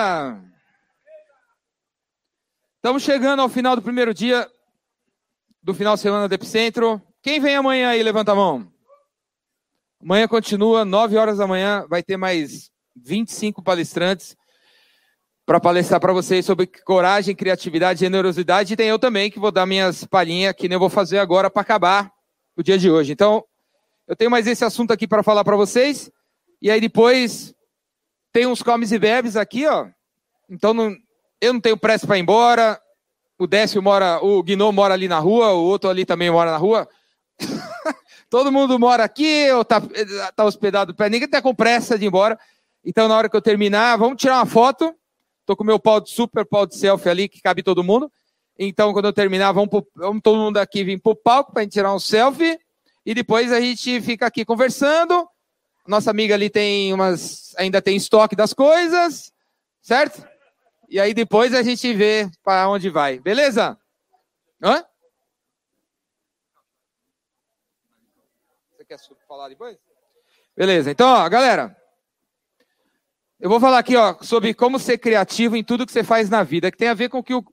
galera! Estamos chegando ao final do primeiro dia do final de semana do Epicentro. Quem vem amanhã aí, levanta a mão. Amanhã continua, 9 horas da manhã, vai ter mais 25 palestrantes para palestrar para vocês sobre coragem, criatividade, generosidade. E tem eu também, que vou dar minhas palhinhas, que nem eu vou fazer agora para acabar o dia de hoje. Então, eu tenho mais esse assunto aqui para falar para vocês. E aí depois tem uns comes e bebes aqui, ó. Então, eu não tenho pressa para ir embora. O Décio o Guinô mora ali na rua, o outro ali também mora na rua. Todo mundo mora aqui, ou tá hospedado perto. Ninguém tá com pressa de ir embora. Então, na hora que eu terminar, vamos tirar uma foto. Tô com o meu super pau de selfie ali, que cabe todo mundo. Então, quando eu terminar, vamos todo mundo aqui vir pro palco para gente tirar um selfie. E depois a gente fica aqui conversando. Nossa amiga ali ainda tem estoque das coisas, certo? E aí depois a gente vê para onde vai. Beleza? Hã? Você quer falar depois? Beleza. Então, ó, galera, eu vou falar aqui, ó, sobre como ser criativo em tudo que você faz na vida, que tem a ver com que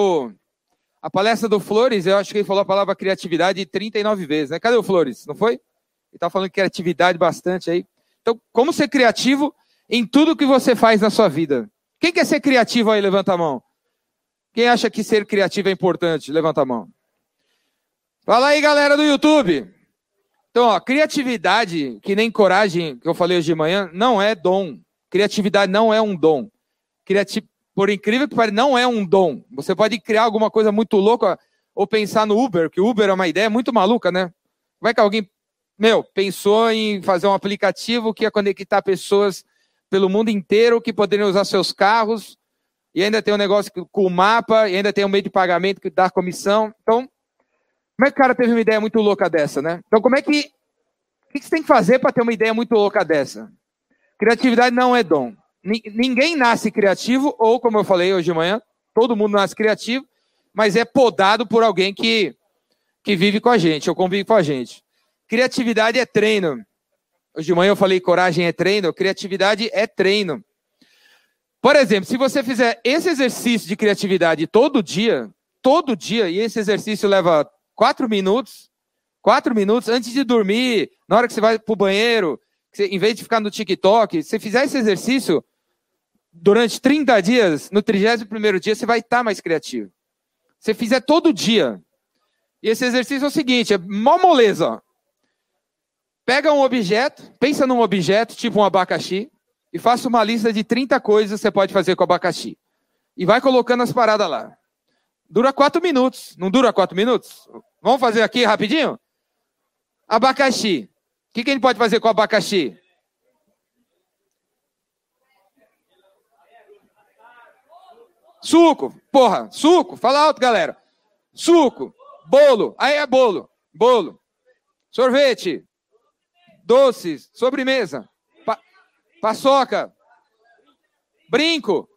a palestra do Flores, eu acho que ele falou a palavra criatividade 39 vezes, né? Cadê o Flores? Não foi? Ele está falando de criatividade bastante aí. Então, como ser criativo em tudo que você faz na sua vida? Quem quer ser criativo aí? Levanta a mão. Quem acha que ser criativo é importante? Levanta a mão. Fala aí, galera do YouTube. Então, ó, criatividade, que nem coragem, que eu falei hoje de manhã, não é dom. Criatividade não é um dom. Por incrível que pareça, não é um dom. Você pode criar alguma coisa muito louca ou pensar no Uber, que o Uber é uma ideia muito maluca, né? Vai que alguém, pensou em fazer um aplicativo que ia conectar pessoas pelo mundo inteiro que poderiam usar seus carros e ainda tem um negócio com o mapa e ainda tem um meio de pagamento que dá comissão. Então, como é que o cara teve uma ideia muito louca dessa, né? Então, o que você tem que fazer para ter uma ideia muito louca dessa? Criatividade não é dom. Ninguém nasce criativo, ou como eu falei hoje de manhã, todo mundo nasce criativo, mas é podado por alguém que vive com a gente, ou convive com a gente. Criatividade é treino. Hoje de manhã eu falei coragem é treino, criatividade é treino. Por exemplo, se você fizer esse exercício de criatividade todo dia, e esse exercício leva 4 minutos antes de dormir, na hora que você vai para o banheiro, em vez de ficar no TikTok, se você fizer esse exercício durante 30 dias, no 31º dia, você vai estar mais criativo. Se você fizer todo dia. E esse exercício é o seguinte, é mó moleza, ó. Pega um objeto, pensa num objeto, tipo um abacaxi, e faça uma lista de 30 coisas que você pode fazer com o abacaxi. E vai colocando as paradas lá. Dura 4 minutos. Não dura 4 minutos? Vamos fazer aqui rapidinho? Abacaxi. O que a gente pode fazer com o abacaxi? Suco. Porra, suco. Fala alto, galera. Suco. Bolo. Aí é bolo. Bolo. Sorvete. Doces, sobremesa, paçoca, brinco,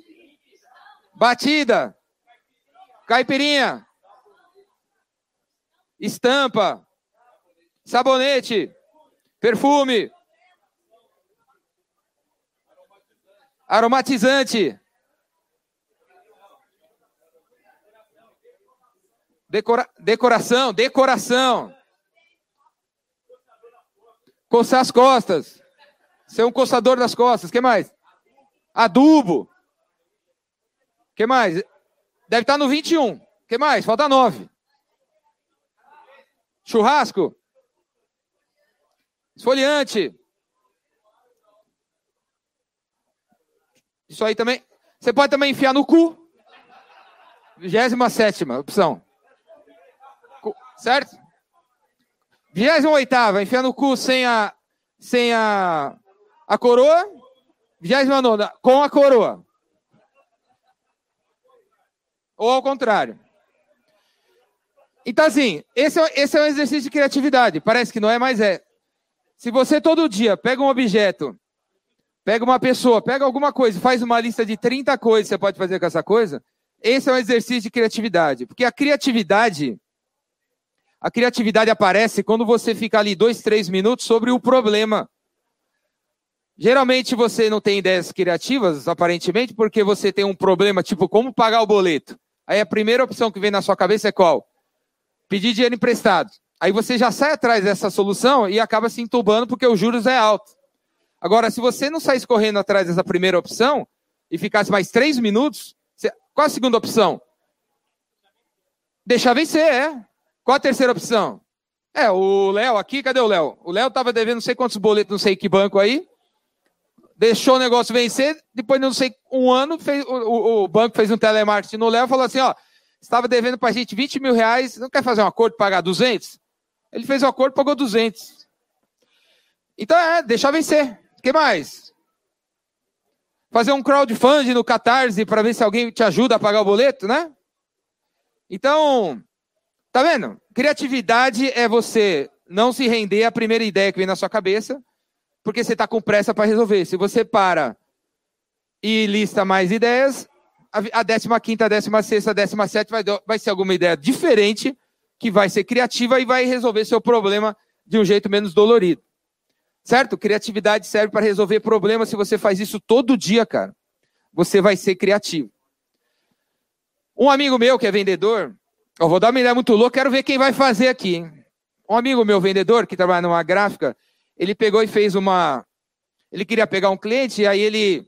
batida, caipirinha, estampa, sabonete, perfume, aromatizante, decoração. Coçar as costas. Ser um coçador das costas. O que mais? Adubo. O que mais? Deve estar no 21. O que mais? Falta 9. Churrasco. Esfoliante. Isso aí também. Você pode também enfiar no cu. 27ª opção. Certo? 28ª, enfiar no cu sem a coroa. 29ª, com a coroa. Ou ao contrário. Então, assim, esse é um exercício de criatividade. Parece que não é, mas é. Se você todo dia pega um objeto, pega uma pessoa, pega alguma coisa, faz uma lista de 30 coisas que você pode fazer com essa coisa, esse é um exercício de criatividade. Porque a criatividade aparece quando você fica ali 2, 3 minutos sobre o problema. Geralmente você não tem ideias criativas, aparentemente, porque você tem um problema, tipo, como pagar o boleto. Aí a primeira opção que vem na sua cabeça é qual? Pedir dinheiro emprestado. Aí você já sai atrás dessa solução e acaba se entubando porque os juros é alto. Agora, se você não saísse correndo atrás dessa primeira opção e ficasse mais 3 minutos, qual a segunda opção? Deixar vencer, é. Qual a terceira opção? O Léo aqui, cadê o Léo? O Léo estava devendo não sei quantos boletos, não sei que banco aí, deixou o negócio vencer, depois de não sei um ano, o banco fez um telemarketing no Léo e falou assim, ó, estava devendo para a gente 20 mil reais, não quer fazer um acordo para pagar 200? Ele fez o acordo e pagou 200. Então deixar vencer. O que mais? Fazer um crowdfunding no Catarse para ver se alguém te ajuda a pagar o boleto, né? Então, tá vendo? Criatividade é você não se render à primeira ideia que vem na sua cabeça, porque você está com pressa para resolver. Se você para e lista mais ideias, a 15ª, a 16ª, a 17ª vai ser alguma ideia diferente, que vai ser criativa e vai resolver seu problema de um jeito menos dolorido. Certo? Criatividade serve para resolver problemas. Se você faz isso todo dia, cara, você vai ser criativo. Um amigo meu que é vendedor, eu vou dar uma ideia muito louca, quero ver quem vai fazer aqui, hein? Um amigo meu vendedor, que trabalha numa gráfica, ele pegou e fez ele queria pegar um cliente, e aí ele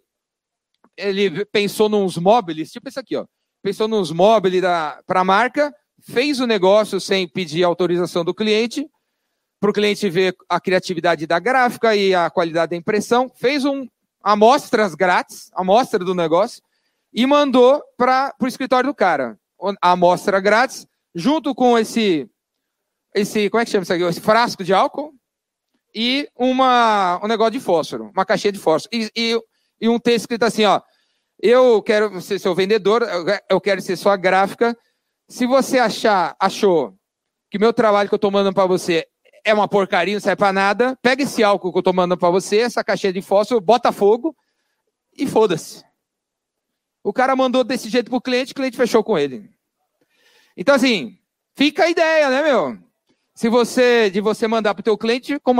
pensou nos móveis, tipo isso aqui, ó. Pensou nos móveis para a marca, fez o negócio sem pedir autorização do cliente, para o cliente ver a criatividade da gráfica e a qualidade da impressão, fez amostras grátis, amostra do negócio, e mandou para o escritório do cara. A amostra grátis, junto com esse como é que chama isso aqui? Esse frasco de álcool e um negócio de fósforo, uma caixinha de fósforo. E um texto escrito assim, ó, eu quero ser seu vendedor, eu quero ser sua gráfica. Se você achou que meu trabalho que eu estou mandando para você é uma porcaria, não serve para nada, pega esse álcool que eu estou mandando para você, essa caixinha de fósforo, bota fogo e foda-se. O cara mandou desse jeito pro cliente, o cliente fechou com ele. Então, assim, fica a ideia, né, meu? De você mandar pro teu cliente com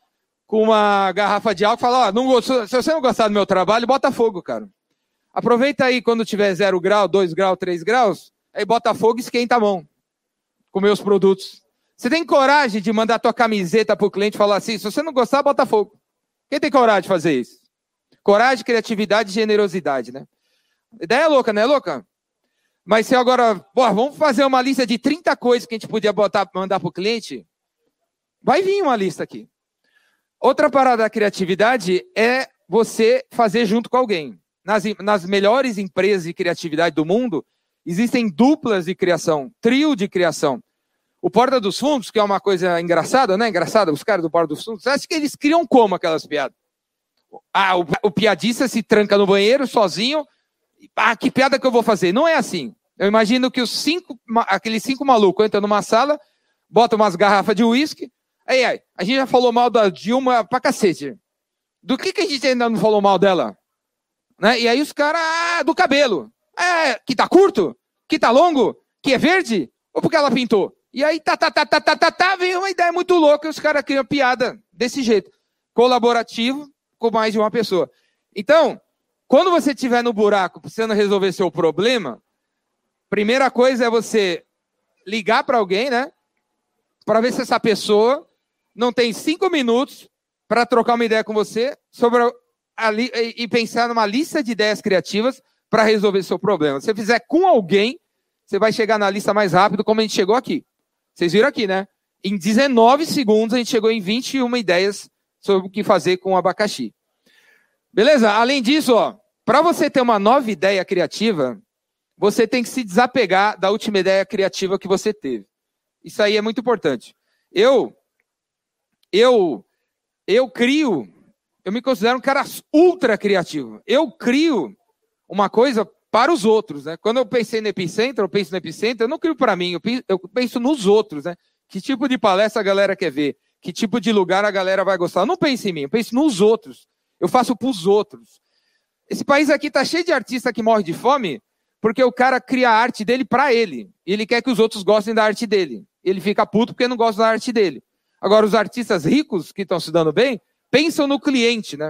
uma garrafa de álcool, fala, ó, não gostou, se você não gostar do meu trabalho, bota fogo, cara. Aproveita aí quando tiver 0 grau, 2 graus, 3 graus, aí bota fogo e esquenta a mão com meus produtos. Você tem coragem de mandar tua camiseta pro cliente e falar assim, se você não gostar, bota fogo. Quem tem coragem de fazer isso? Coragem, criatividade e generosidade, né? Ideia louca, não é louca? Mas se agora, vamos fazer uma lista de 30 coisas que a gente podia mandar pro cliente, vai vir uma lista aqui. Outra parada da criatividade é você fazer junto com alguém. Nas melhores empresas de criatividade do mundo, existem duplas de criação, trio de criação. O Porta dos Fundos, que é uma coisa engraçada, né? Engraçada, os caras do Porta dos Fundos, você acha que eles criam como aquelas piadas? O piadista se tranca no banheiro sozinho. Que piada que eu vou fazer? Não é assim. Eu imagino que aqueles 5 malucos entram numa sala, botam umas garrafas de uísque. Aí, a gente já falou mal da Dilma pra cacete. Do que a gente ainda não falou mal dela? Né? E aí os caras, do cabelo. Que tá curto? Que tá longo? Que é verde? Ou porque ela pintou? E aí, vem uma ideia muito louca e os caras criam piada desse jeito. Colaborativo com mais de uma pessoa. Então, quando você estiver no buraco precisando resolver seu problema, primeira coisa é você ligar para alguém, né? Para ver se essa pessoa não tem 5 minutos para trocar uma ideia com você e pensar numa lista de ideias criativas para resolver seu problema. Se você fizer com alguém, você vai chegar na lista mais rápido, como a gente chegou aqui. Vocês viram aqui, né? Em 19 segundos, a gente chegou em 21 ideias sobre o que fazer com o abacaxi. Beleza? Além disso, para você ter uma nova ideia criativa, você tem que se desapegar da última ideia criativa que você teve. Isso aí é muito importante. Eu me considero um cara ultra criativo. Eu crio uma coisa para os outros, né? Quando eu pensei no Epicentro, eu não crio para mim, eu penso nos outros, né? Que tipo de palestra a galera quer ver? Que tipo de lugar a galera vai gostar? Eu não penso em mim, eu penso nos outros. Eu faço para os outros. Esse país aqui está cheio de artista que morre de fome porque o cara cria a arte dele para ele. E ele quer que os outros gostem da arte dele. Ele fica puto porque não gosta da arte dele. Agora, os artistas ricos que estão se dando bem, pensam no cliente, né?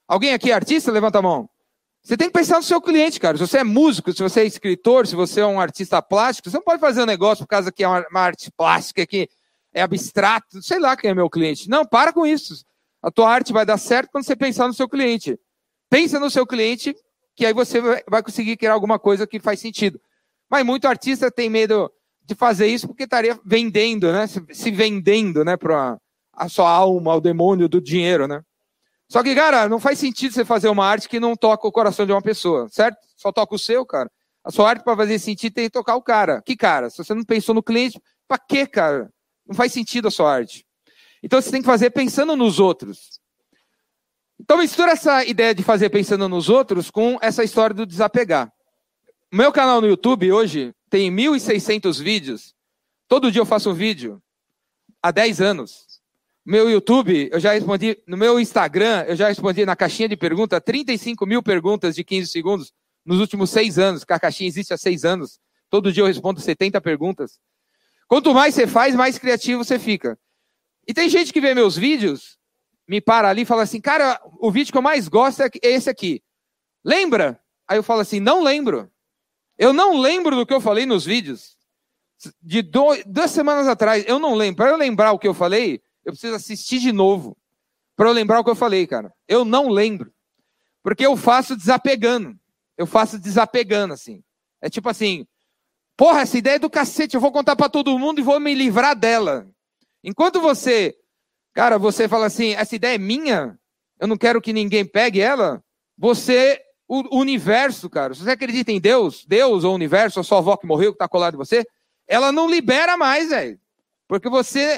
Alguém aqui é artista? Levanta a mão. Você tem que pensar no seu cliente, cara. Se você é músico, se você é escritor, se você é um artista plástico, você não pode fazer um negócio por causa que é uma arte plástica, que é abstrato, sei lá quem é meu cliente. Não, para com isso. A tua arte vai dar certo quando você pensar no seu cliente. Pensa no seu cliente, que aí você vai conseguir criar alguma coisa que faz sentido. Mas muito artista tem medo de fazer isso porque estaria vendendo, né? Se vendendo, né, para a sua alma, ao demônio do dinheiro, né? Só que, cara, não faz sentido você fazer uma arte que não toca o coração de uma pessoa, certo? Só toca o seu, cara. A sua arte, para fazer sentido, tem que tocar o cara. Que cara? Se você não pensou no cliente, para quê, cara? Não faz sentido a sua arte. Então, você tem que fazer pensando nos outros. Então, mistura essa ideia de fazer pensando nos outros com essa história do desapegar. O meu canal no YouTube, hoje, tem 1.600 vídeos. Todo dia eu faço um vídeo. Há 10 anos. Meu YouTube, eu já respondi, no meu Instagram, eu já respondi na caixinha de pergunta 35 mil perguntas de 15 segundos nos últimos 6 anos, que a caixinha existe há 6 anos. Todo dia eu respondo 70 perguntas. Quanto mais você faz, mais criativo você fica. E tem gente que vê meus vídeos, me para ali e fala assim, cara, o vídeo que eu mais gosto é esse aqui. Lembra? Aí eu falo assim, não lembro. Eu não lembro do que eu falei nos vídeos. De 2 semanas atrás, eu não lembro. Para eu lembrar o que eu falei, eu preciso assistir de novo para eu lembrar o que eu falei, cara. Eu não lembro. Porque eu faço desapegando. Eu faço desapegando, assim. É tipo assim, porra, essa ideia é do cacete, eu vou contar para todo mundo e vou me livrar dela. Enquanto você, cara, você fala assim, essa ideia é minha, eu não quero que ninguém pegue ela, você, o universo, cara, se você acredita em Deus ou o universo, ou sua avó que morreu, que está colada em você, ela não libera mais, velho. Porque você,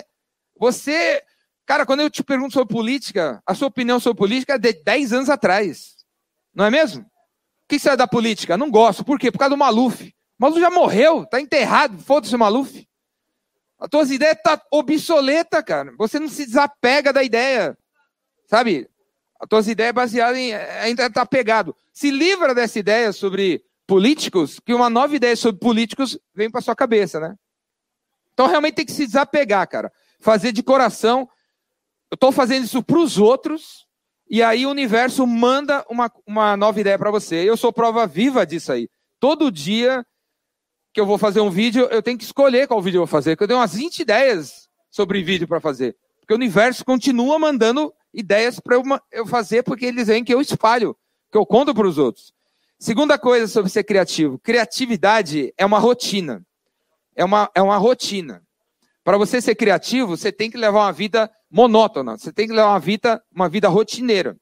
cara, quando eu te pergunto sobre política, a sua opinião sobre política é de 10 anos atrás. Não é mesmo? O que você é da política? Não gosto. Por quê? Por causa do Maluf. O Maluf já morreu, está enterrado. Foda-se o Maluf. As tuas ideias estão obsoletas, cara. Você não se desapega da ideia. Sabe? As tuas ideias baseadas em... ainda está pegado. Se livra dessa ideia sobre políticos, que uma nova ideia sobre políticos vem para sua cabeça, né? Então realmente tem que se desapegar, cara. Fazer de coração. Eu estou fazendo isso para os outros, e aí o universo manda uma nova ideia para você. Eu sou prova viva disso aí. Todo dia que eu vou fazer um vídeo, eu tenho que escolher qual vídeo eu vou fazer, porque eu tenho umas 20 ideias sobre vídeo para fazer. Porque o universo continua mandando ideias para eu fazer, porque eles veem que eu espalho, que eu conto para os outros. Segunda coisa sobre ser criativo. Criatividade é uma rotina. É uma rotina. Para você ser criativo, você tem que levar uma vida monótona. Você tem que levar uma vida rotineira.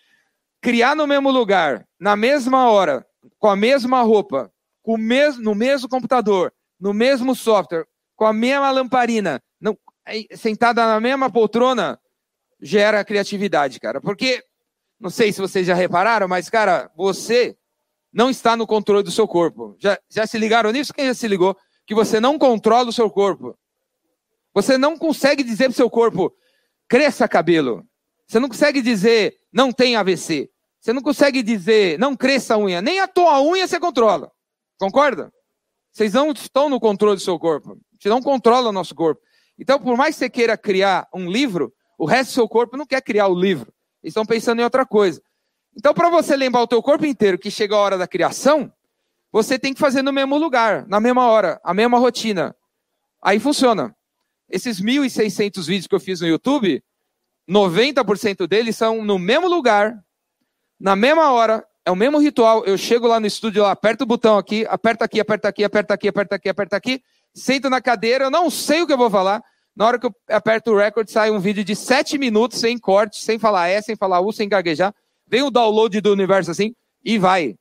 Criar no mesmo lugar, na mesma hora, com a mesma roupa, no mesmo computador, no mesmo software, com a mesma lamparina, sentada na mesma poltrona, gera criatividade, cara. Porque, não sei se vocês já repararam, mas, cara, você não está no controle do seu corpo. Já se ligaram nisso? Quem já se ligou? Que você não controla o seu corpo. Você não consegue dizer para o seu corpo, cresça cabelo. Você não consegue dizer, não tem AVC. Você não consegue dizer, não cresça a unha. Nem a tua unha você controla. Concorda? Vocês não estão no controle do seu corpo. Você não controla o nosso corpo. Então, por mais que você queira criar um livro, o resto do seu corpo não quer criar o livro. Eles estão pensando em outra coisa. Então, para você lembrar o teu corpo inteiro que chega a hora da criação, você tem que fazer no mesmo lugar, na mesma hora, a mesma rotina. Aí funciona. Esses 1.600 vídeos que eu fiz no YouTube, 90% deles são no mesmo lugar, na mesma hora, é o mesmo ritual. Eu chego lá no estúdio, aperto o botão aqui, aperta aqui, aperta aqui, aperta aqui, aperta aqui, aperta aqui, sento na cadeira, eu não sei o que eu vou falar. Na hora que eu aperto o record, sai um vídeo de 7 minutos, sem corte, sem falar E, sem falar U, sem gaguejar. Vem o download do universo assim, e vai.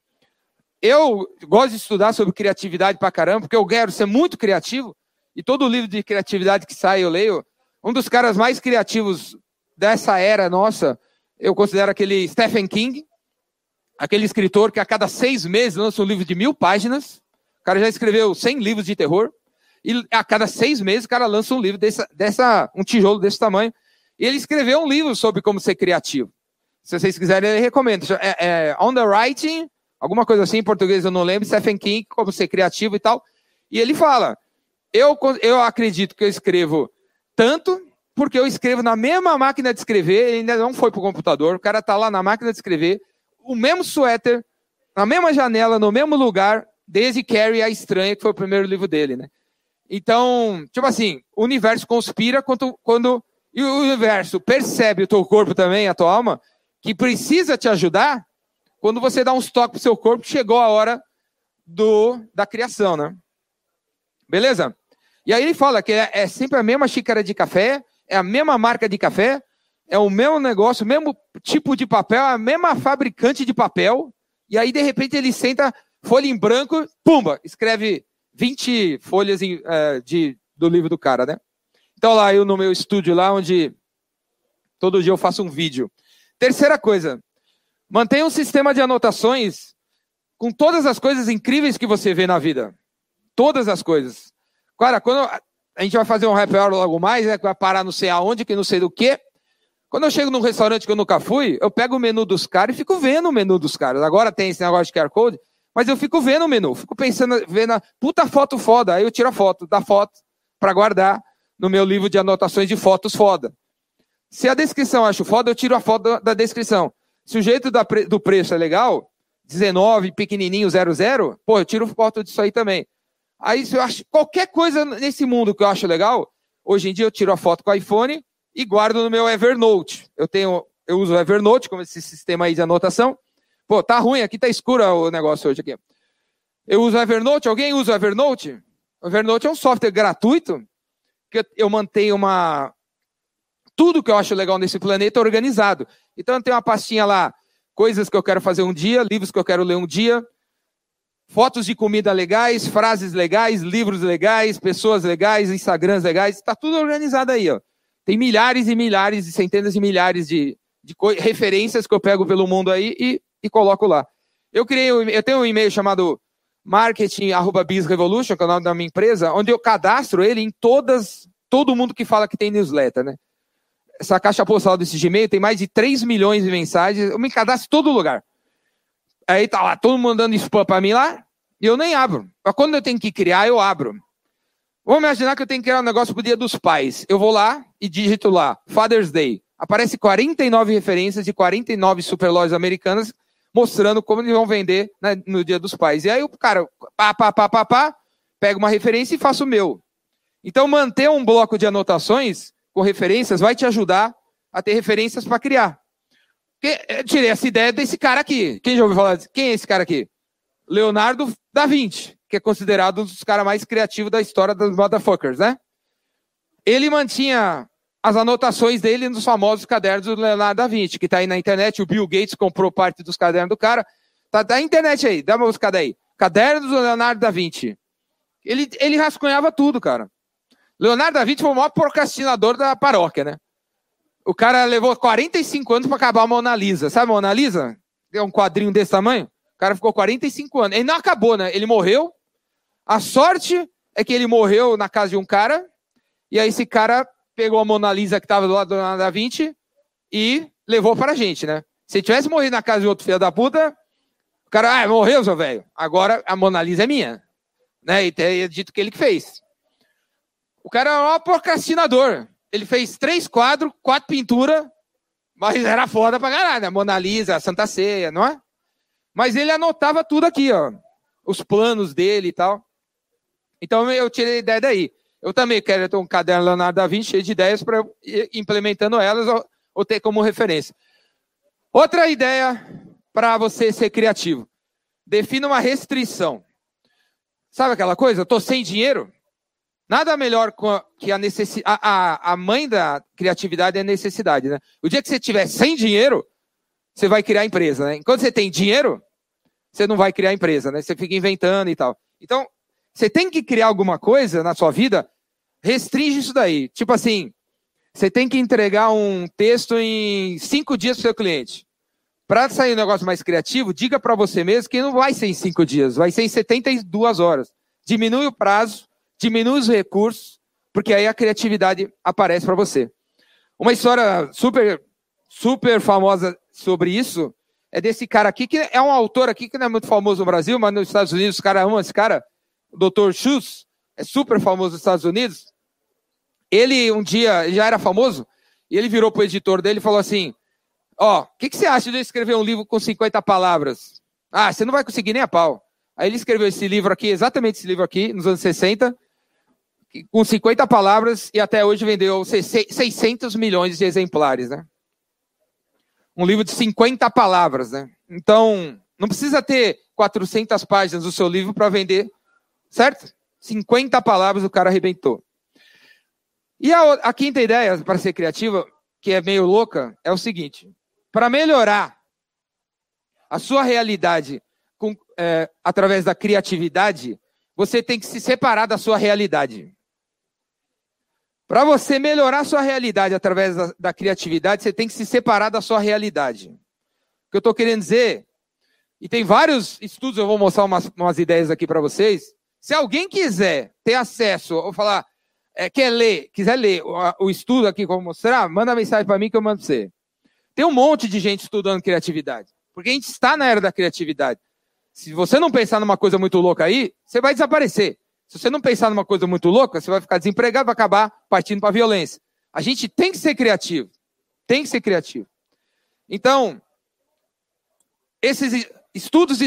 Eu gosto de estudar sobre criatividade pra caramba, porque eu quero ser muito criativo, e todo livro de criatividade que sai eu leio. Um dos caras mais criativos dessa era nossa, eu considero aquele Stephen King, aquele escritor que a cada 6 meses lança um livro de 1.000 páginas. O cara já escreveu 100 livros de terror, e a cada 6 meses o cara lança um livro um tijolo desse tamanho. E ele escreveu um livro sobre como ser criativo. Se vocês quiserem, eu recomendo. On the Writing, alguma coisa assim, em português eu não lembro, Stephen King, como ser criativo e tal. E ele fala, eu acredito que eu escrevo tanto porque eu escrevo na mesma máquina de escrever, ele ainda não foi pro computador, o cara tá lá na máquina de escrever, o mesmo suéter, na mesma janela, no mesmo lugar, Daisy Carey, a Estranha, que foi o primeiro livro dele, né? Então, tipo assim, o universo conspira quando e o universo percebe o teu corpo também, a tua alma, que precisa te ajudar, quando você dá uns toques pro seu corpo, chegou a hora da criação, né? Beleza? E aí ele fala que é sempre a mesma xícara de café, é a mesma marca de café, é o mesmo negócio, o mesmo tipo de papel, a mesma fabricante de papel, e aí de repente ele senta, folha em branco, pumba, escreve 20 folhas do livro do cara, né? Então lá eu no meu estúdio lá, onde todo dia eu faço um vídeo. Terceira coisa, mantenha um sistema de anotações com todas as coisas incríveis que você vê na vida. Todas as coisas. Cara, quando a gente vai fazer um happy hour logo mais, né, vai parar não sei aonde, que não sei do que. Quando eu chego num restaurante que eu nunca fui, eu pego o menu dos caras e fico vendo o menu dos caras. Agora tem esse negócio de QR Code, mas eu fico vendo o menu, fico pensando, vendo a puta foto foda. Aí eu tiro a foto da foto para guardar no meu livro de anotações de fotos foda. Se a descrição eu acho foda, eu tiro a foto da descrição. Se o jeito do preço é legal, 19, pequenininho, 00, pô, eu tiro foto disso aí também. Aí se eu acho qualquer coisa nesse mundo que eu acho legal, hoje em dia eu tiro a foto com o iPhone e guardo no meu Evernote. Eu uso o Evernote como esse sistema aí de anotação. Pô, tá ruim, aqui tá escuro o negócio hoje aqui. Eu uso o Evernote, alguém usa o Evernote? O Evernote é um software gratuito que eu mantenho tudo que eu acho legal nesse planeta organizado. Então eu tenho uma pastinha lá, coisas que eu quero fazer um dia, livros que eu quero ler um dia, fotos de comida legais, frases legais, livros legais, pessoas legais, Instagrams legais, está tudo organizado aí, ó. Tem milhares e milhares e centenas de milhares de referências que eu pego pelo mundo aí e coloco lá. Eu tenho um e-mail chamado marketing@bizrevolution, que é o nome da minha empresa, onde eu cadastro ele em todo mundo que fala que tem newsletter, né? Essa caixa postal desse Gmail tem mais de 3 milhões de mensagens, eu me cadastro em todo lugar. Aí tá lá, todo mundo mandando spam pra mim lá, e eu nem abro. Mas quando eu tenho que criar, eu abro. Vamos imaginar que eu tenho que criar um negócio pro Dia dos Pais. Eu vou lá e digito lá, Father's Day. Aparece 49 referências de 49 superlojas americanas mostrando como eles vão vender, né, no Dia dos Pais. E aí o cara, pega uma referência e faço o meu. Então manter um bloco de anotações com referências vai te ajudar a ter referências para criar. Eu tirei essa ideia desse cara aqui. Quem já ouviu falar? Quem é esse cara aqui? Leonardo da Vinci, que é considerado um dos caras mais criativos da história dos motherfuckers, né? Ele mantinha as anotações dele nos famosos cadernos do Leonardo da Vinci, que está aí na internet. O Bill Gates comprou parte dos cadernos do cara. Tá na internet aí, dá uma buscada aí. Cadernos do Leonardo da Vinci. Ele rascunhava tudo, cara. Leonardo da Vinci foi o maior procrastinador da paróquia, né? O cara levou 45 anos para acabar a Mona Lisa. Sabe a Mona Lisa? É um quadrinho desse tamanho. O cara ficou 45 anos. Ele não acabou, né? Ele morreu. A sorte é que ele morreu na casa de um cara. E aí esse cara pegou a Mona Lisa que estava do lado do Leonardo da Vinci e levou para a gente, né? Se tivesse morrido na casa de outro filho da puta, o cara, morreu, seu velho. Agora a Mona Lisa é minha. Né? E teria dito que ele que fez. O cara era um procrastinador. Ele fez 3 quadros, 4 pinturas, mas era foda pra caralho, né? Mona Lisa, a Santa Ceia, não é? Mas ele anotava tudo aqui, ó. Os planos dele e tal. Então eu tirei a ideia daí. Eu também quero ter um caderno Leonardo da Vinci cheio de ideias para ir implementando elas ou ter como referência. Outra ideia para você ser criativo. Defina uma restrição. Sabe aquela coisa? Eu tô sem dinheiro. Nada melhor que a necessidade. A mãe da criatividade é a necessidade, né? O dia que você tiver sem dinheiro, você vai criar empresa, né? Enquanto você tem dinheiro, você não vai criar empresa, né? Você fica inventando e tal. Então, você tem que criar alguma coisa na sua vida, restringe isso daí. Tipo assim, você tem que entregar um texto em 5 dias para o seu cliente. Para sair um negócio mais criativo, diga para você mesmo que não vai ser em 5 dias, vai ser em 72 horas. Diminui o prazo, diminui os recursos, porque aí a criatividade aparece para você. Uma história super, super famosa sobre isso é desse cara aqui, que é um autor aqui que não é muito famoso no Brasil, mas nos Estados Unidos os caras amam esse cara, o Dr. Seuss, é super famoso nos Estados Unidos. Ele um dia já era famoso, e ele virou pro editor dele e falou assim, ó, o que você acha de eu escrever um livro com 50 palavras? Ah, você não vai conseguir nem a pau. Aí ele escreveu esse livro aqui, exatamente esse livro aqui, nos anos 60, com 50 palavras, e até hoje vendeu 600 milhões de exemplares, né? Um livro de 50 palavras, né? Então, não precisa ter 400 páginas do seu livro para vender, certo? 50 palavras o cara arrebentou. E a quinta ideia para ser criativa, que é meio louca, é o seguinte: para melhorar a sua realidade através da criatividade, você tem que se separar da sua realidade. Para você melhorar a sua realidade através da criatividade, você tem que se separar da sua realidade. O que eu estou querendo dizer, e tem vários estudos, eu vou mostrar umas ideias aqui para vocês. Se alguém quiser ter acesso, ou falar, quiser ler o estudo aqui que eu vou mostrar, manda mensagem para mim que eu mando para você. Tem um monte de gente estudando criatividade, porque a gente está na era da criatividade. Se você não pensar numa coisa muito louca aí, você vai desaparecer. Se você não pensar numa coisa muito louca, você vai ficar desempregado, vai acabar partindo para a violência. A gente tem que ser criativo. Tem que ser criativo. Então, esses estudos,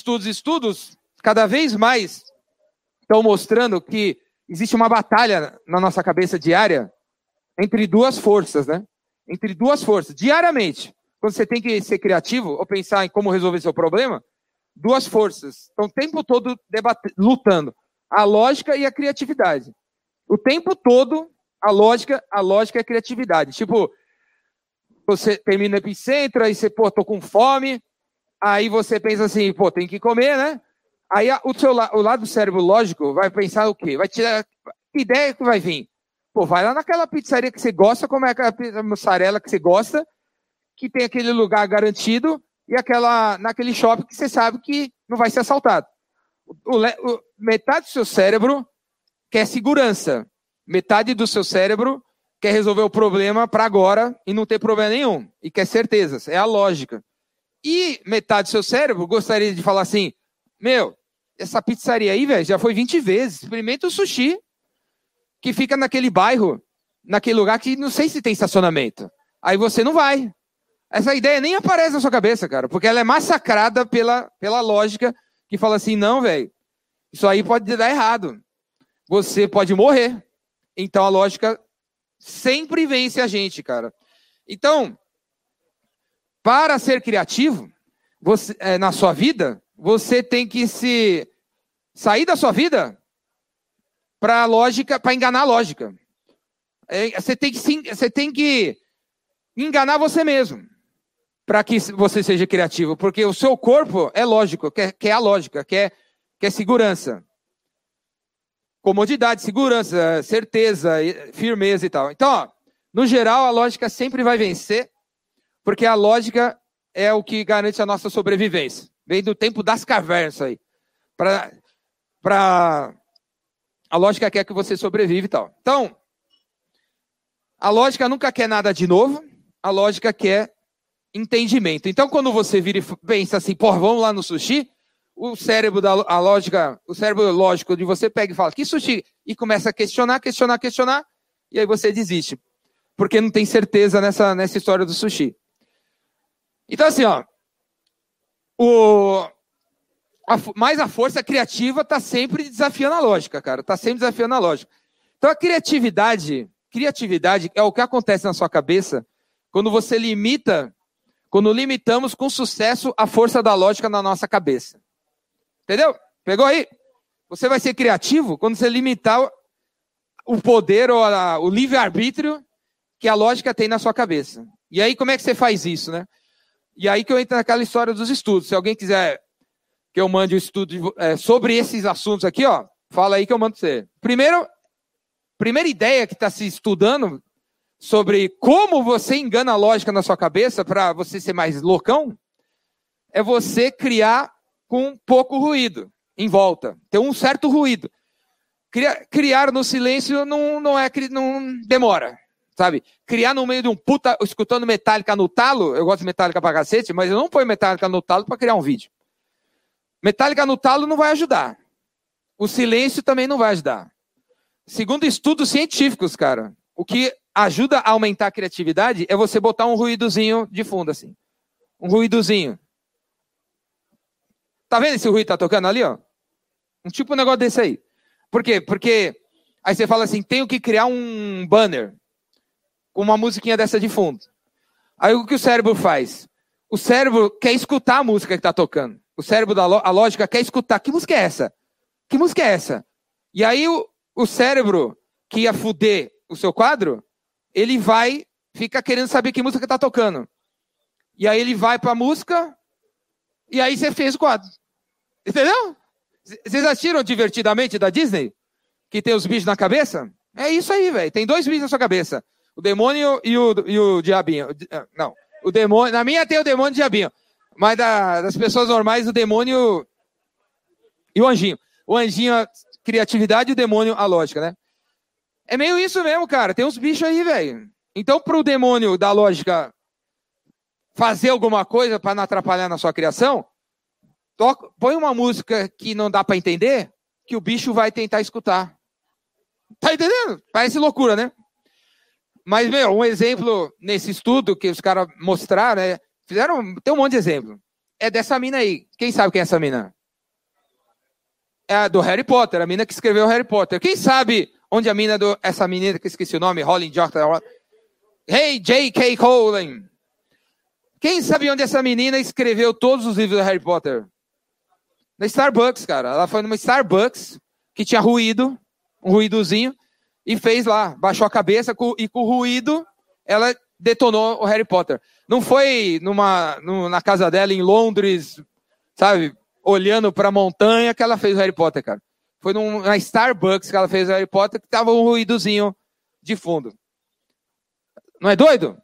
cada vez mais estão mostrando que existe uma batalha na nossa cabeça diária entre duas forças, né? Entre duas forças, diariamente. Quando você tem que ser criativo ou pensar em como resolver seu problema, duas forças estão o tempo todo lutando. A lógica e a criatividade. O tempo todo, a lógica e a criatividade. Tipo, você termina o epicentro, aí você, tô com fome, aí você pensa assim, tem que comer, né? Aí o lado do cérebro lógico vai pensar o quê? Vai tirar, que ideia que vai vir? Vai lá naquela pizzaria que você gosta, como é aquela mussarela que você gosta, que tem aquele lugar garantido, e naquele shopping que você sabe que não vai ser assaltado. Metade do seu cérebro quer segurança. Metade do seu cérebro quer resolver o problema para agora e não ter problema nenhum. E quer certezas. É a lógica. E metade do seu cérebro gostaria de falar assim, essa pizzaria aí, velho, já foi 20 vezes. Experimenta o sushi, que fica naquele bairro, naquele lugar que não sei se tem estacionamento. Aí você não vai. Essa ideia nem aparece na sua cabeça, cara, porque ela é massacrada pela lógica que fala assim, não, velho, isso aí pode dar errado. Você pode morrer. Então a lógica sempre vence a gente, cara. Então, para ser criativo, na sua vida, você tem que sair da sua vida para a lógica, para enganar a lógica. Você tem que enganar você mesmo para que você seja criativo, porque o seu corpo é lógico, quer a lógica, quer segurança, comodidade, segurança, certeza, firmeza e tal. Então, no geral, a lógica sempre vai vencer, porque a lógica é o que garante a nossa sobrevivência. Vem do tempo das cavernas aí. A lógica quer que você sobreviva e tal. Então, a lógica nunca quer nada de novo, a lógica quer entendimento. Então, quando você vira e pensa assim, vamos lá no sushi, o cérebro lógico de você pega e fala, que sushi? E começa a questionar, e aí você desiste. Porque não tem certeza nessa história do sushi. Então, assim, mas a força criativa está sempre desafiando a lógica, cara. Está sempre desafiando a lógica. Então, a criatividade é o que acontece na sua cabeça quando limitamos com sucesso a força da lógica na nossa cabeça. Entendeu? Pegou aí? Você vai ser criativo quando você limitar o poder ou o livre-arbítrio que a lógica tem na sua cabeça. E aí, como é que você faz isso, né? E aí que eu entro naquela história dos estudos. Se alguém quiser que eu mande um estudo sobre esses assuntos aqui, fala aí que eu mando para você. Primeira ideia que está se estudando sobre como você engana a lógica na sua cabeça para você ser mais loucão, é você criar com pouco ruído em volta. Ter um certo ruído. Criar no silêncio não demora, sabe? Criar no meio de um puta, escutando Metallica no talo, eu gosto de Metallica pra cacete, mas eu não ponho Metallica no talo para criar um vídeo. Metallica no talo não vai ajudar. O silêncio também não vai ajudar. Segundo estudos científicos, cara, o que ajuda a aumentar a criatividade é você botar um ruídozinho de fundo, assim. Um ruídozinho. Tá vendo esse ruído que tá tocando ali, ó? Um tipo de negócio desse aí. Por quê? Porque aí você fala assim, tenho que criar um banner com uma musiquinha dessa de fundo. Aí o que o cérebro faz? O cérebro quer escutar a música que tá tocando. O cérebro a lógica quer escutar. Que música é essa? Que música é essa? E aí o cérebro que ia fuder o seu quadro, ele fica querendo saber que música tá tocando. E aí ele vai pra música, e aí você fez o quadro. Entendeu? Vocês assistiram Divertidamente da Disney? Que tem os bichos na cabeça? É isso aí, velho. Tem 2 bichos na sua cabeça. O demônio e o diabinho. Não. O demônio. Na minha tem o demônio e o diabinho. Mas das pessoas normais, o demônio e o anjinho. O anjinho, a criatividade, e o demônio, a lógica, né? É meio isso mesmo, cara. Tem uns bichos aí, velho. Então, pro demônio da lógica fazer alguma coisa para não atrapalhar na sua criação, põe uma música que não dá para entender, que o bicho vai tentar escutar. Tá entendendo? Parece loucura, né? Mas, meu, um exemplo nesse estudo que os caras mostraram, né? Tem um monte de exemplo. É dessa mina aí. Quem sabe quem é essa mina? É a do Harry Potter, a mina que escreveu o Harry Potter. Quem sabe onde essa menina que eu esqueci o nome, Rowling Jordan, Hey, J.K. Rowling. Quem sabe onde essa menina escreveu todos os livros do Harry Potter? Na Starbucks, cara. Ela foi numa Starbucks que tinha ruído, um ruídozinho, e fez lá, baixou a cabeça e com o ruído ela detonou o Harry Potter. Não foi na casa dela em Londres, sabe, olhando pra montanha que ela fez o Harry Potter, cara. Foi na Starbucks que ela fez o Harry Potter, que tava um ruídozinho de fundo. Não é doido?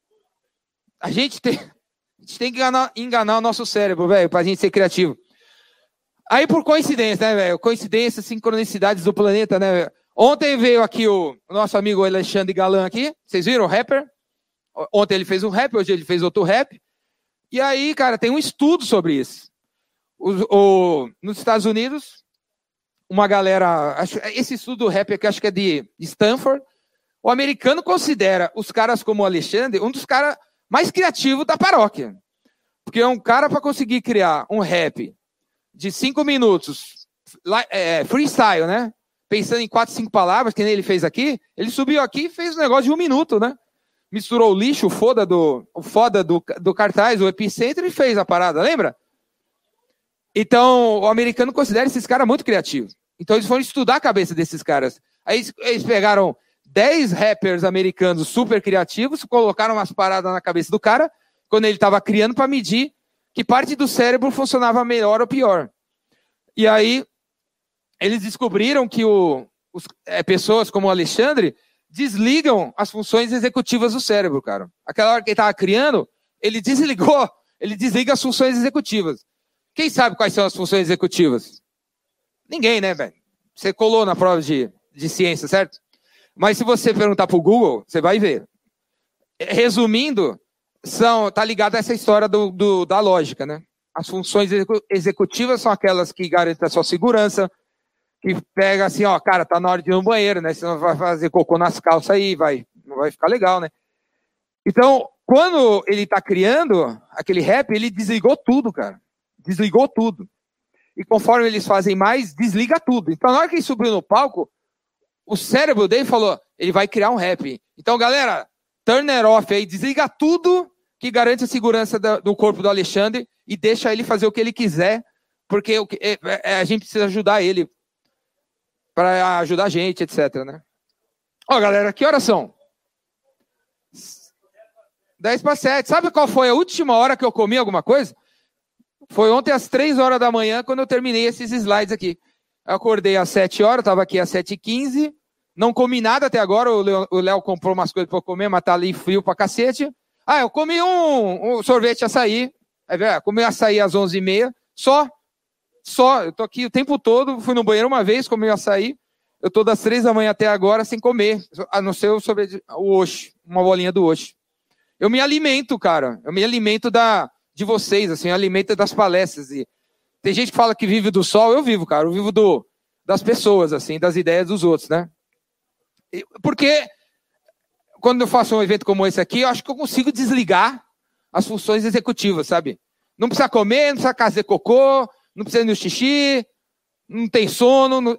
A gente tem que enganar o nosso cérebro, velho, pra gente ser criativo. Aí por coincidência, né, velho? Coincidência, sincronicidades do planeta, né, velho? Ontem veio aqui o nosso amigo Alexandre Galan aqui. Vocês viram o rapper? Ontem ele fez um rap, hoje ele fez outro rap. E aí, cara, tem um estudo sobre isso. Nos Estados Unidos, uma galera... Esse estudo do rap aqui, acho que é de Stanford. O americano considera os caras como o Alexandre um dos caras mais criativos da paróquia. Porque é um cara para conseguir criar um rap de 5 minutos, freestyle, né? Pensando em 4, 5 palavras, que nem ele fez aqui, ele subiu aqui e fez um negócio de 1 minuto, né? Misturou o lixo, o foda do cartaz, o epicentro, e fez a parada, lembra? Então, o americano considera esses caras muito criativos. Então, eles foram estudar a cabeça desses caras. Aí eles pegaram 10 rappers americanos super criativos, colocaram umas paradas na cabeça do cara, quando ele estava criando, para medir que parte do cérebro funcionava melhor ou pior. E aí, eles descobriram que pessoas como o Alexandre desligam as funções executivas do cérebro, cara. Aquela hora que ele estava criando, ele desliga as funções executivas. Quem sabe quais são as funções executivas? Ninguém, né, velho? Você colou na prova de ciência, certo? Mas se você perguntar para o Google, você vai ver. Resumindo, tá ligado a essa história da lógica, né? As funções executivas são aquelas que garantem a sua segurança, que pega assim, ó, cara, tá na hora de ir no banheiro, né? Senão vai fazer cocô nas calças aí, não vai ficar legal, né? Então, quando ele tá criando aquele rap, ele desligou tudo, cara. Desligou tudo. E conforme eles fazem mais, desliga tudo. Então, na hora que ele subiu no palco, o cérebro dele falou, ele vai criar um rap. Então, galera, turn it off aí, desliga tudo que garante a segurança do corpo do Alexandre e deixa ele fazer o que ele quiser, porque a gente precisa ajudar ele para ajudar a gente, etc, né? Ó, galera, que horas são? 6:50. Sabe qual foi a última hora que eu comi alguma coisa? Foi ontem às 3 horas da manhã, quando eu terminei esses slides aqui. Eu acordei às 7 horas, estava aqui às 7h15, não comi nada até agora, o Léo comprou umas coisas para eu comer, mas tá ali frio pra cacete. Eu comi um sorvete açaí, comi açaí às 11h30, só, eu tô aqui o tempo todo, fui no banheiro uma vez, comi açaí, eu tô das 3 da manhã até agora sem comer, a não ser o sorvete, o Osh, uma bolinha do Osh. Eu me alimento, cara, de vocês, assim, eu alimento das palestras, e tem gente que fala que vive do sol, eu vivo, cara, eu vivo das pessoas, assim, das ideias dos outros, né? Porque quando eu faço um evento como esse aqui, eu acho que eu consigo desligar as funções executivas, sabe? Não precisa comer, não precisa fazer cocô, não precisa ir no xixi, não tem sono.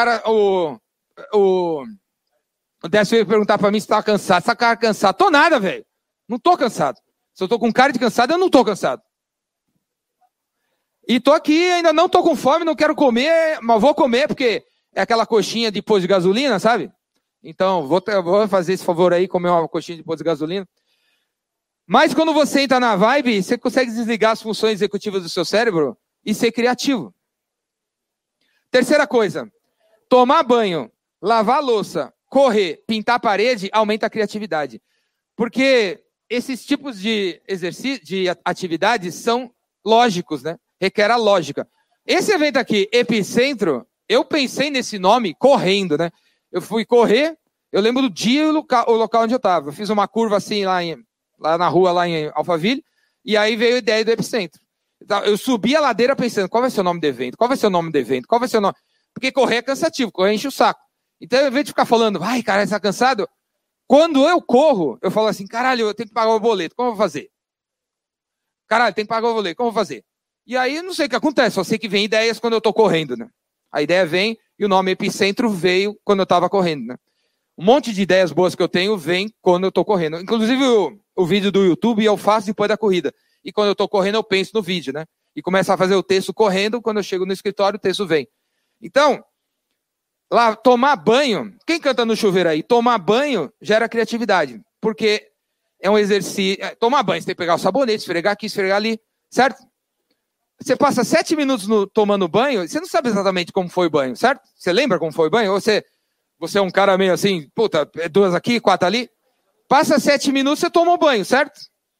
O Décio veio perguntar pra mim se estava cansado. Você tá cansado? Tô nada, velho. Não tô cansado. Se eu tô com cara de cansado, eu não tô cansado. E tô aqui, ainda não tô com fome, não quero comer, mas vou comer, porque é aquela coxinha de posto de gasolina, sabe? Então, vou fazer esse favor aí, comer uma coxinha de posto de gasolina. Mas quando você entra na vibe, você consegue desligar as funções executivas do seu cérebro e ser criativo. Terceira coisa, tomar banho, lavar a louça, correr, pintar a parede, aumenta a criatividade. Porque esses tipos de exercício, de atividades são lógicos, né? Requer a lógica. Esse evento aqui, Epicentro, eu pensei nesse nome correndo, né? Eu fui correr, eu lembro do dia e o local onde eu estava. Eu fiz uma curva assim lá na rua, lá em Alphaville, e aí veio a ideia do Epicentro. Eu subi a ladeira pensando, qual vai ser o nome do evento? Qual vai ser o nome do evento? Qual vai ser o nome? Porque correr é cansativo, correr enche o saco. Então, ao invés de ficar falando, ai, cara, você tá cansado? Quando eu corro, eu falo assim, caralho, eu tenho que pagar o boleto, como eu vou fazer? Caralho, tem que pagar o boleto, como eu vou fazer? E aí, não sei o que acontece, só sei que vem ideias quando eu tô correndo, né? A ideia vem e o nome Epicentro veio quando eu tava correndo, né? Um monte de ideias boas que eu tenho vem quando eu tô correndo. Inclusive, o vídeo do YouTube eu faço depois da corrida. E quando eu tô correndo, eu penso no vídeo, né? E começo a fazer o texto correndo, quando eu chego no escritório, o texto vem. Então, lá, tomar banho, quem canta no chuveiro aí? Tomar banho gera criatividade, porque é um exercício. Tomar banho, você tem que pegar o sabonete, esfregar aqui, esfregar ali, certo? Você passa 7 minutos tomando banho, você não sabe exatamente como foi o banho, certo? Você lembra como foi o banho? Ou você é um cara meio assim, puta, 2 aqui, 4 ali. Passa 7 minutos, você toma o banho, certo?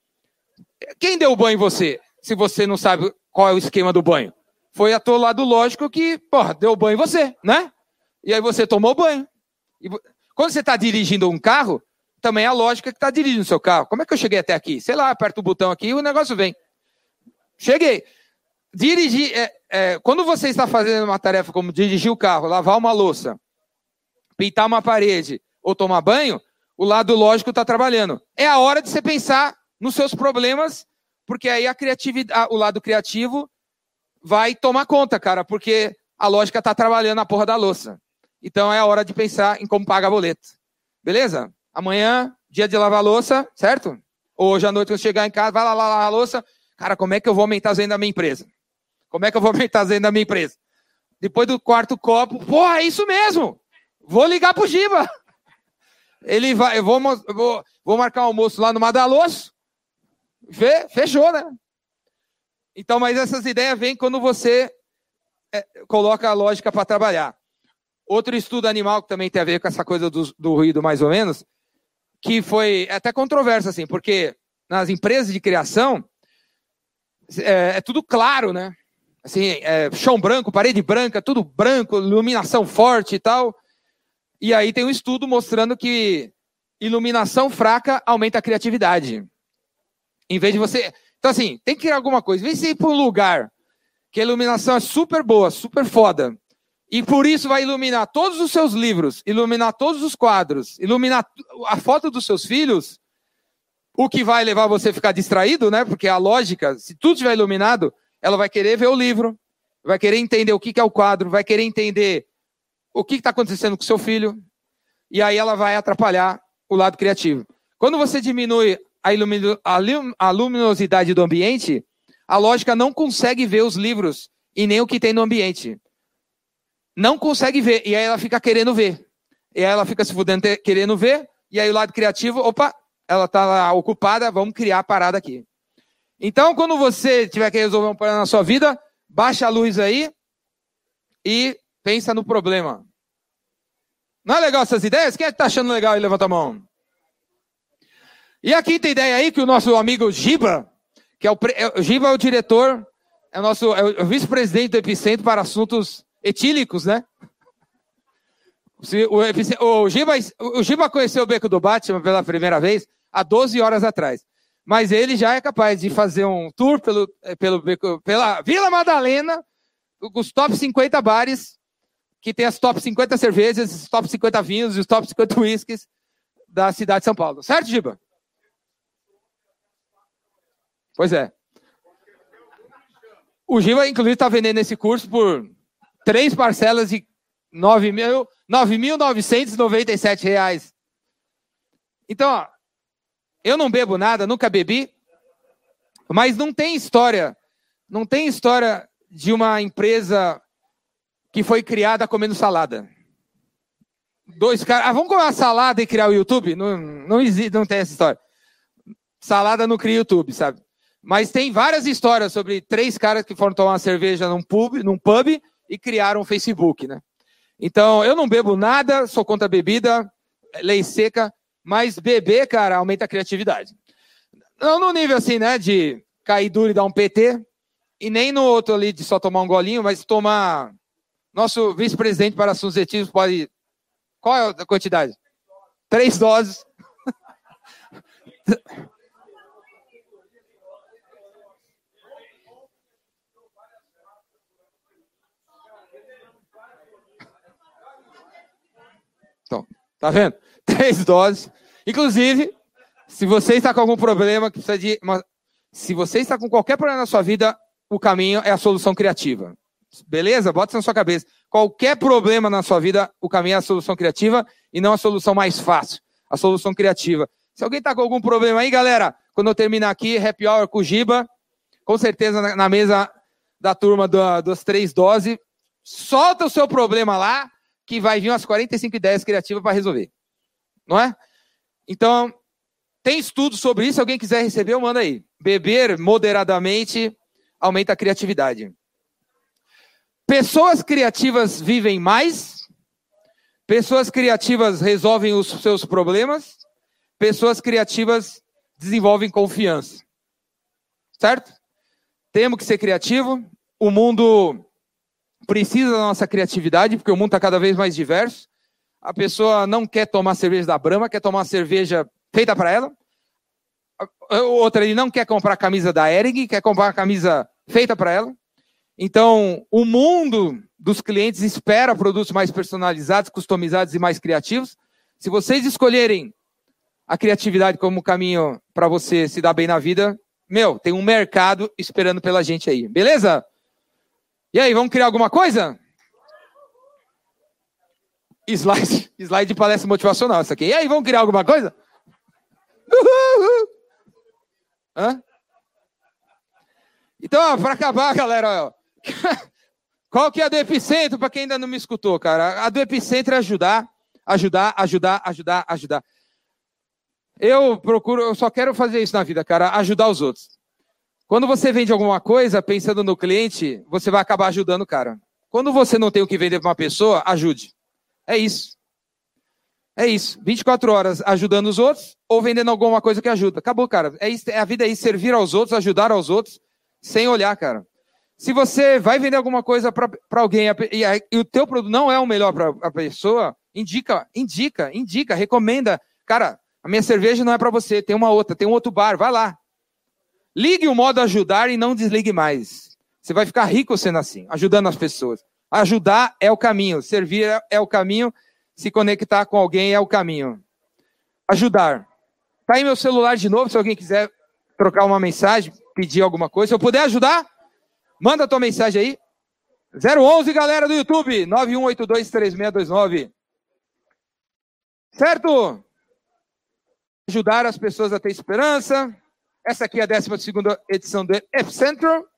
Quem deu o banho em você, se você não sabe qual é o esquema do banho? Foi a teu lado lógico que, porra, deu banho em você, né? E aí você tomou banho. E quando você está dirigindo um carro, também é a lógica que está dirigindo o seu carro. Como é que eu cheguei até aqui? Sei lá, aperto o botão aqui e o negócio vem. Cheguei. Dirigir, quando você está fazendo uma tarefa como dirigir o carro, lavar uma louça, pintar uma parede ou tomar banho, o lado lógico está trabalhando. É a hora de você pensar nos seus problemas, porque aí o lado criativo vai tomar conta, cara, porque a lógica está trabalhando na porra da louça. Então é a hora de pensar em como paga boleto. Beleza? Amanhã, dia de lavar a louça, certo? Hoje à noite, quando chegar em casa, vai lá lavar a louça. Cara, como é que eu vou aumentar as vendas da minha empresa? Como é que eu vou aumentar as vendas da minha empresa? Depois do 4º copo, porra, é isso mesmo! Vou ligar pro Giba. Ele vai, eu vou marcar um almoço lá no Madalosso. Fechou, né? Então, mas essas ideias vêm quando você coloca a lógica para trabalhar. Outro estudo animal que também tem a ver com essa coisa do ruído, mais ou menos, que foi até controverso, assim, porque nas empresas de criação é tudo claro, né? Assim, chão branco, parede branca, tudo branco, iluminação forte e tal. E aí tem um estudo mostrando que iluminação fraca aumenta a criatividade. Em vez de você... Então, assim, tem que criar alguma coisa. Em vez de ir para um lugar que a iluminação é super boa, super foda, e por isso vai iluminar todos os seus livros, iluminar todos os quadros, iluminar a foto dos seus filhos, o que vai levar você a ficar distraído, né? Porque a lógica, se tudo estiver iluminado, ela vai querer ver o livro, vai querer entender o que é o quadro, vai querer entender o que está acontecendo com o seu filho, e aí ela vai atrapalhar o lado criativo. Quando você diminui a luminosidade do ambiente, a lógica não consegue ver os livros e nem o que tem no ambiente. Não consegue ver, e aí ela fica querendo ver. E aí ela fica se fudendo querendo ver, e aí o lado criativo, opa, ela está lá ocupada, vamos criar a parada aqui. Então, quando você tiver que resolver um problema na sua vida, baixa a luz aí e pensa no problema. Não é legal essas ideias? Quem é que está achando legal aí? Levanta a mão. E a quinta ideia aí, que o nosso amigo Giba, que o Giba é o diretor, é o vice-presidente do Epicentro para assuntos etílicos, né? O Giba conheceu o Beco do Batman pela primeira vez há 12 horas atrás. Mas ele já é capaz de fazer um tour pela Vila Madalena, os top 50 bares, que tem as top 50 cervejas, os top 50 vinhos e os top 50 whiskies da cidade de São Paulo. Certo, Giba? Pois é. O Giba, inclusive, está vendendo esse curso por 3 parcelas de R$ 9.997. Então, ó, eu não bebo nada, nunca bebi, mas não tem história de uma empresa que foi criada comendo salada. 2 caras, vamos comer uma salada e criar o YouTube? Não existe, não tem essa história. Salada não cria YouTube, sabe? Mas tem várias histórias sobre 3 caras que foram tomar uma cerveja num pub e criaram um Facebook, né? Então, eu não bebo nada, sou contra a bebida, lei seca, mas beber, cara, aumenta a criatividade. Não no nível assim, né, de cair duro e dar um PT, e nem no outro ali de só tomar um golinho, mas tomar... Nosso vice-presidente para assuntos etílicos pode... Qual é a quantidade? 3 doses. Então, tá vendo? 3 doses. Inclusive, se você está com algum problema que precisa de... Se você está com qualquer problema na sua vida, o caminho é a solução criativa. Beleza? Bota isso na sua cabeça. Qualquer problema na sua vida, o caminho é a solução criativa e não a solução mais fácil. A solução criativa. Se alguém está com algum problema aí, galera, quando eu terminar aqui, happy hour com o Giba, com certeza na mesa da turma das 3 doses, solta o seu problema lá, que vai vir umas 45 ideias criativas para resolver. Não é? Então, tem estudo sobre isso. Se alguém quiser receber, eu mando aí. Beber moderadamente aumenta a criatividade. Pessoas criativas vivem mais. Pessoas criativas resolvem os seus problemas. Pessoas criativas desenvolvem confiança. Certo? Temos que ser criativo. O mundo precisa da nossa criatividade, porque o mundo está cada vez mais diverso. A pessoa não quer tomar cerveja da Brahma, quer tomar uma cerveja feita para ela. Outra, ele não quer comprar a camisa da Hering, quer comprar a camisa feita para ela. Então, o mundo dos clientes espera produtos mais personalizados, customizados e mais criativos. Se vocês escolherem a criatividade como caminho para você se dar bem na vida, tem um mercado esperando pela gente aí. Beleza? E aí, vamos criar alguma coisa? Slide de palestra motivacional essa aqui. E aí, vamos criar alguma coisa? Hã? Então, para acabar, galera, ó, qual que é a do Epicentro, para quem ainda não me escutou, cara? A do Epicentro é ajudar. Eu só quero fazer isso na vida, cara, ajudar os outros. Quando você vende alguma coisa, pensando no cliente, você vai acabar ajudando o cara. Quando você não tem o que vender para uma pessoa, ajude. É isso. 24 horas ajudando os outros ou vendendo alguma coisa que ajuda. Acabou, cara. É isso, a vida é isso, servir aos outros, ajudar aos outros, sem olhar, cara. Se você vai vender alguma coisa para alguém e o teu produto não é o melhor para a pessoa, indica, recomenda. Cara, a minha cerveja não é para você, tem uma outra, tem um outro bar, vai lá. Ligue o modo ajudar e não desligue mais. Você vai ficar rico sendo assim, ajudando as pessoas. Ajudar é o caminho, servir é o caminho, se conectar com alguém é o caminho. Ajudar. Tá aí meu celular de novo, se alguém quiser trocar uma mensagem, pedir alguma coisa. Se eu puder ajudar, manda a tua mensagem aí. 011, galera do YouTube, 91823629. Certo? Ajudar as pessoas a ter esperança. Essa aqui é a 12ª edição do Epicentro.